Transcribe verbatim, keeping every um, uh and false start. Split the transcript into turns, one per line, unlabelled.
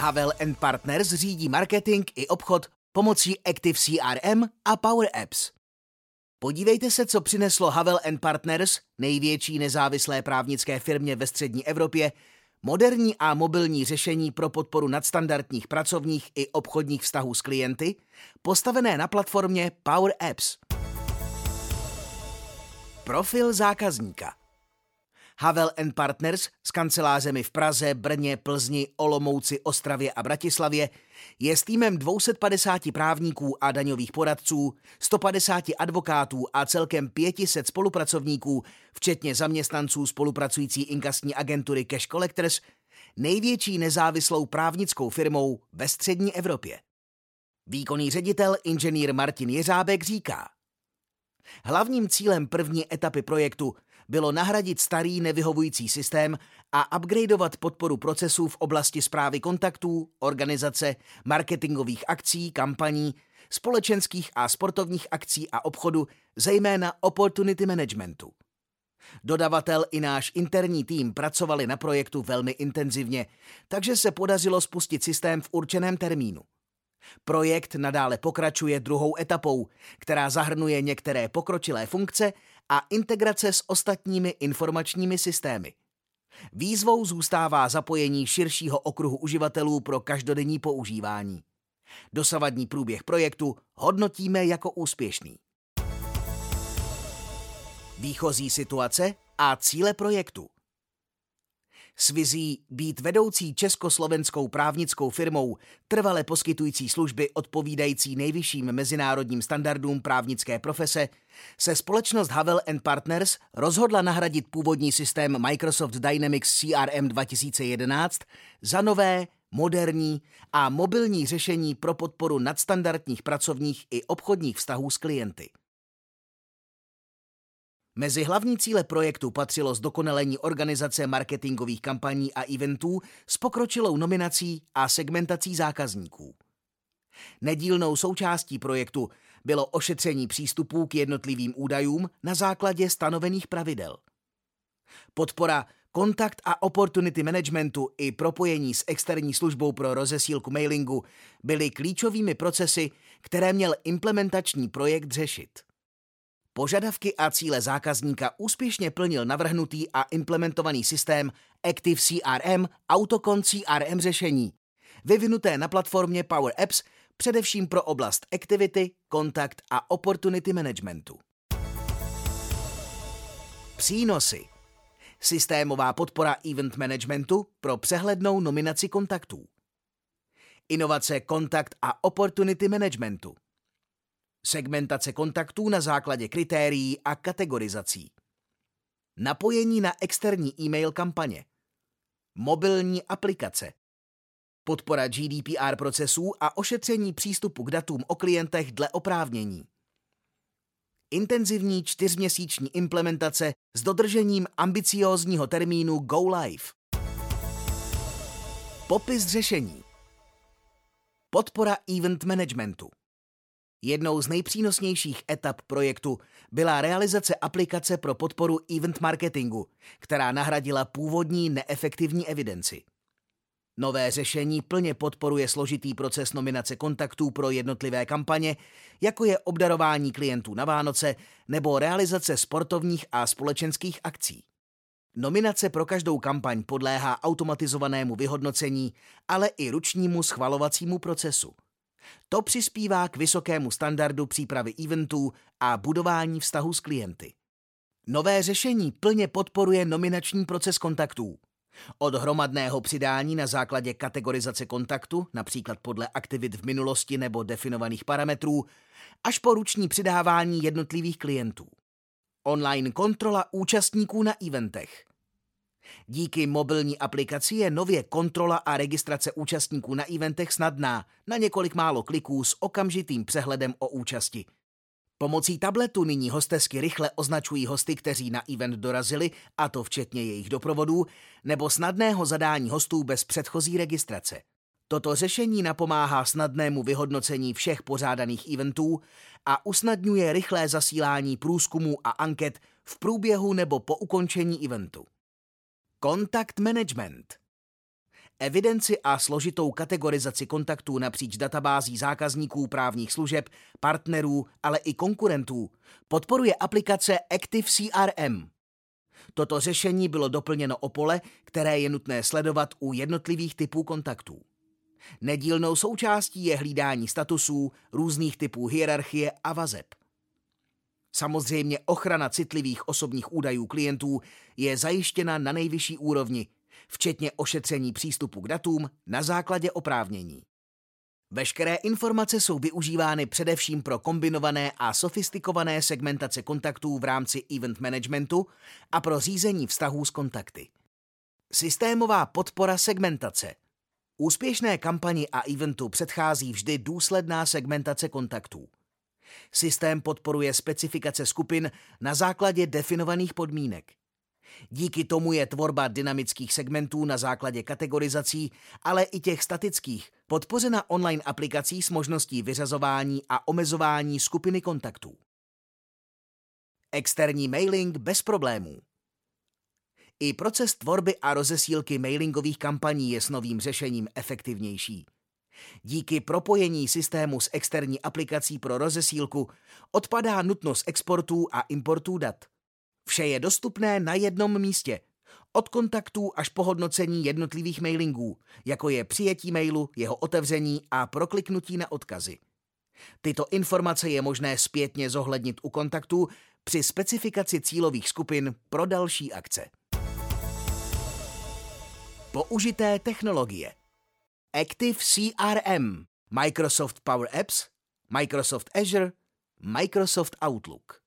Havel and Partners řídí marketing i obchod pomocí Active C R M a Power Apps. Podívejte se, co přineslo Havel and Partners, největší nezávislé právnické firmě ve střední Evropě, moderní a mobilní řešení pro podporu nadstandardních pracovních i obchodních vztahů s klienty, postavené na platformě Power Apps. Profil zákazníka. Havel and Partners s kancelářemi v Praze, Brně, Plzni, Olomouci, Ostravě a Bratislavě je s týmem dvě stě padesát právníků a daňových poradců, sto padesát advokátů a celkem pět set spolupracovníků, včetně zaměstnanců spolupracující inkasní agentury Cash Collectors, největší nezávislou právnickou firmou ve střední Evropě. Výkonný ředitel inženýr Martin Jeřábek říká: hlavním cílem první etapy projektu bylo nahradit starý nevyhovující systém a upgradeovat podporu procesů v oblasti správy kontaktů, organizace, marketingových akcí, kampaní, společenských a sportovních akcí a obchodu, zejména opportunity managementu. Dodavatel i náš interní tým pracovali na projektu velmi intenzivně, takže se podařilo spustit systém v určeném termínu. Projekt nadále pokračuje druhou etapou, která zahrnuje některé pokročilé funkce a integrace s ostatními informačními systémy. Výzvou zůstává zapojení širšího okruhu uživatelů pro každodenní používání. Dosavadní průběh projektu hodnotíme jako úspěšný. Výchozí situace a cíle projektu. S vizí být vedoucí československou právnickou firmou, trvale poskytující služby odpovídající nejvyšším mezinárodním standardům právnické profese, se společnost Havel and Partners rozhodla nahradit původní systém Microsoft Dynamics C R M dva tisíce jedenáct za nové, moderní a mobilní řešení pro podporu nadstandardních pracovních i obchodních vztahů s klienty. Mezi hlavní cíle projektu patřilo zdokonalení organizace marketingových kampaní a eventů s pokročilou nominací a segmentací zákazníků. Nedílnou součástí projektu bylo ošetření přístupů k jednotlivým údajům na základě stanovených pravidel. Podpora kontakt a opportunity managementu i propojení s externí službou pro rozesílku mailingu byly klíčovými procesy, které měl implementační projekt řešit. Požadavky a cíle zákazníka úspěšně plnil navrhnutý a implementovaný systém Active C R M Autocon C R M řešení, vyvinuté na platformě Power Apps především pro oblast activity, kontakt a opportunity managementu. Přínosy. Systémová podpora event managementu pro přehlednou nominaci kontaktů. Inovace kontakt a opportunity managementu. Segmentace kontaktů na základě kritérií a kategorizací. Napojení na externí e-mail kampaně. Mobilní aplikace. Podpora G D P R procesů a ošetření přístupu k datům o klientech dle oprávnění. Intenzivní čtyřměsíční implementace s dodržením ambiciózního termínu Go Live. Popis řešení. Podpora event managementu. Jednou z nejpřínosnějších etap projektu byla realizace aplikace pro podporu event marketingu, která nahradila původní neefektivní evidenci. Nové řešení plně podporuje složitý proces nominace kontaktů pro jednotlivé kampaně, jako je obdarování klientů na Vánoce nebo realizace sportovních a společenských akcí. Nominace pro každou kampaň podléhá automatizovanému vyhodnocení, ale i ručnímu schvalovacímu procesu. To přispívá k vysokému standardu přípravy eventů a budování vztahu s klienty. Nové řešení plně podporuje nominační proces kontaktů. Od hromadného přidání na základě kategorizace kontaktu, například podle aktivit v minulosti nebo definovaných parametrů, až po ruční přidávání jednotlivých klientů. Online kontrola účastníků na eventech. Díky mobilní aplikaci je nově kontrola a registrace účastníků na eventech snadná, na několik málo kliků s okamžitým přehledem o účasti. Pomocí tabletu nyní hostesky rychle označují hosty, kteří na event dorazili, a to včetně jejich doprovodů, nebo snadného zadání hostů bez předchozí registrace. Toto řešení napomáhá snadnému vyhodnocení všech pořádaných eventů a usnadňuje rychlé zasílání průzkumů a anket v průběhu nebo po ukončení eventu. Kontakt management. evidenci a složitou kategorizaci kontaktů napříč databází zákazníků, právních služeb, partnerů, ale i konkurentů podporuje aplikace Active C R M. Toto řešení bylo doplněno o pole, které je nutné sledovat u jednotlivých typů kontaktů. Nedílnou součástí je hlídání statusů, různých typů hierarchie a vazeb. Samozřejmě ochrana citlivých osobních údajů klientů je zajištěna na nejvyšší úrovni, včetně ošetření přístupu k datům na základě oprávnění. Veškeré informace jsou využívány především pro kombinované a sofistikované segmentace kontaktů v rámci event managementu a pro řízení vztahů s kontakty. Systémová podpora segmentace. Úspěšné kampani a eventu předchází vždy důsledná segmentace kontaktů. Systém podporuje specifikace skupin na základě definovaných podmínek. Díky tomu je tvorba dynamických segmentů na základě kategorizací, ale i těch statických, podpořena online aplikací s možností vyřazování a omezování skupiny kontaktů. Externí mailing bez problémů. I proces tvorby a rozesílky mailingových kampaní je s novým řešením efektivnější. Díky propojení systému s externí aplikací pro rozesílku odpadá nutnost exportů a importů dat. Vše je dostupné na jednom místě, od kontaktů až po hodnocení jednotlivých mailingů, jako je přijetí mailu, jeho otevření a prokliknutí na odkazy. Tyto informace je možné zpětně zohlednit u kontaktů při specifikaci cílových skupin pro další akce. Použité technologie. Active C R M, Microsoft Power Apps, Microsoft Azure, Microsoft Outlook.